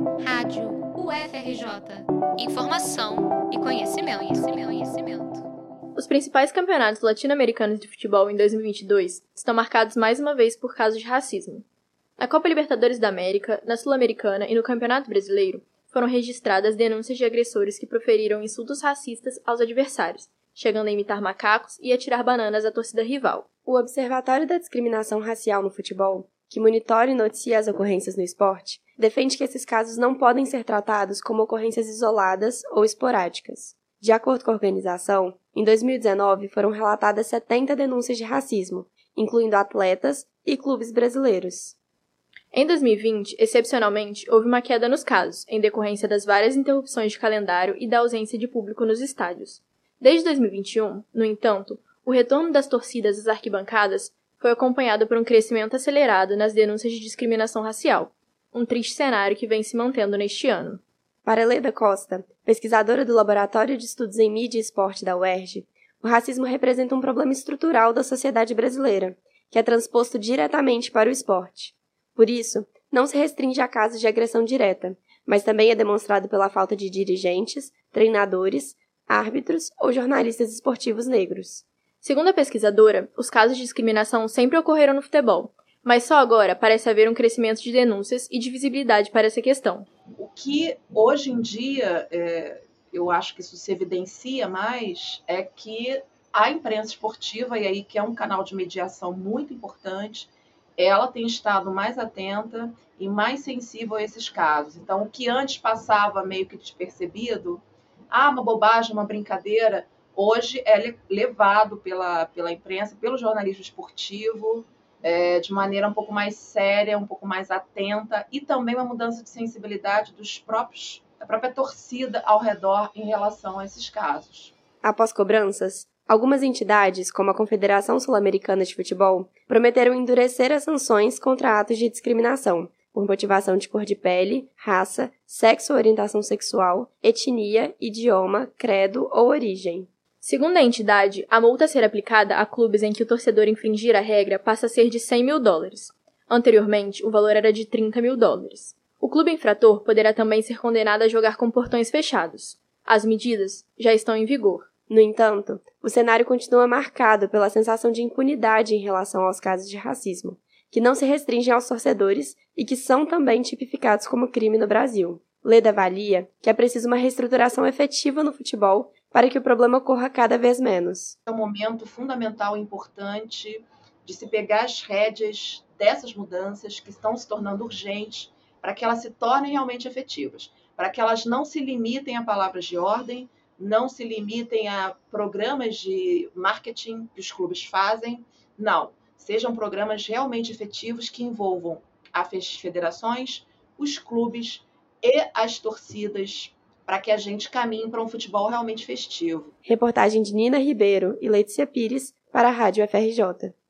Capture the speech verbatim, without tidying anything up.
Rádio U F R J. Informação e conhecimento, conhecimento, conhecimento. Os principais campeonatos latino-americanos de futebol em dois mil e vinte e dois estão marcados mais uma vez por casos de racismo. Na Copa Libertadores da América, na Sul-Americana e no Campeonato Brasileiro, foram registradas denúncias de agressores que proferiram insultos racistas aos adversários, chegando a imitar macacos e a tirar bananas à torcida rival. O Observatório da Discriminação Racial no Futebol, que monitora e noticia as ocorrências no esporte, defende que esses casos não podem ser tratados como ocorrências isoladas ou esporádicas. De acordo com a organização, em dois mil e dezenove foram relatadas setenta denúncias de racismo, incluindo atletas e clubes brasileiros. Em dois mil e vinte, excepcionalmente, houve uma queda nos casos, em decorrência das várias interrupções de calendário e da ausência de público nos estádios. Desde dois mil e vinte e um, no entanto, o retorno das torcidas às arquibancadas foi acompanhado por um crescimento acelerado nas denúncias de discriminação racial, um triste cenário que vem se mantendo neste ano. Para Leda Costa, pesquisadora do Laboratório de Estudos em Mídia e Esporte da U E R J, o racismo representa um problema estrutural da sociedade brasileira, que é transposto diretamente para o esporte. Por isso, não se restringe a casos de agressão direta, mas também é demonstrado pela falta de dirigentes, treinadores, árbitros ou jornalistas esportivos negros. Segundo a pesquisadora, os casos de discriminação sempre ocorreram no futebol, mas só agora parece haver um crescimento de denúncias e de visibilidade para essa questão. O que hoje em dia, é, eu acho que isso se evidencia mais, é que a imprensa esportiva, e aí que é um canal de mediação muito importante, ela tem estado mais atenta e mais sensível a esses casos. Então, o que antes passava meio que despercebido, ah, uma bobagem, uma brincadeira, hoje é levado pela, pela imprensa, pelo jornalismo esportivo, é, de maneira um pouco mais séria, um pouco mais atenta, e também uma mudança de sensibilidade dos próprios, da própria torcida ao redor em relação a esses casos. Após cobranças, algumas entidades, como a Confederação Sul-Americana de Futebol, prometeram endurecer as sanções contra atos de discriminação, por motivação de cor de pele, raça, sexo ou orientação sexual, etnia, idioma, credo ou origem. Segundo a entidade, a multa a ser aplicada a clubes em que o torcedor infringir a regra passa a ser de cem mil dólares. Anteriormente, o valor era de trinta mil dólares. O clube infrator poderá também ser condenado a jogar com portões fechados. As medidas já estão em vigor. No entanto, o cenário continua marcado pela sensação de impunidade em relação aos casos de racismo, que não se restringem aos torcedores e que são também tipificados como crime no Brasil. Leda avalia que é preciso uma reestruturação efetiva no futebol para que o problema ocorra cada vez menos. É um momento fundamental e importante de se pegar as rédeas dessas mudanças que estão se tornando urgentes para que elas se tornem realmente efetivas, para que elas não se limitem a palavras de ordem, não se limitem a programas de marketing que os clubes fazem, não. Sejam programas realmente efetivos que envolvam as federações, os clubes e as torcidas, para que a gente caminhe para um futebol realmente festivo. Reportagem de Nina Ribeiro e Letícia Pires para a Rádio U F R J.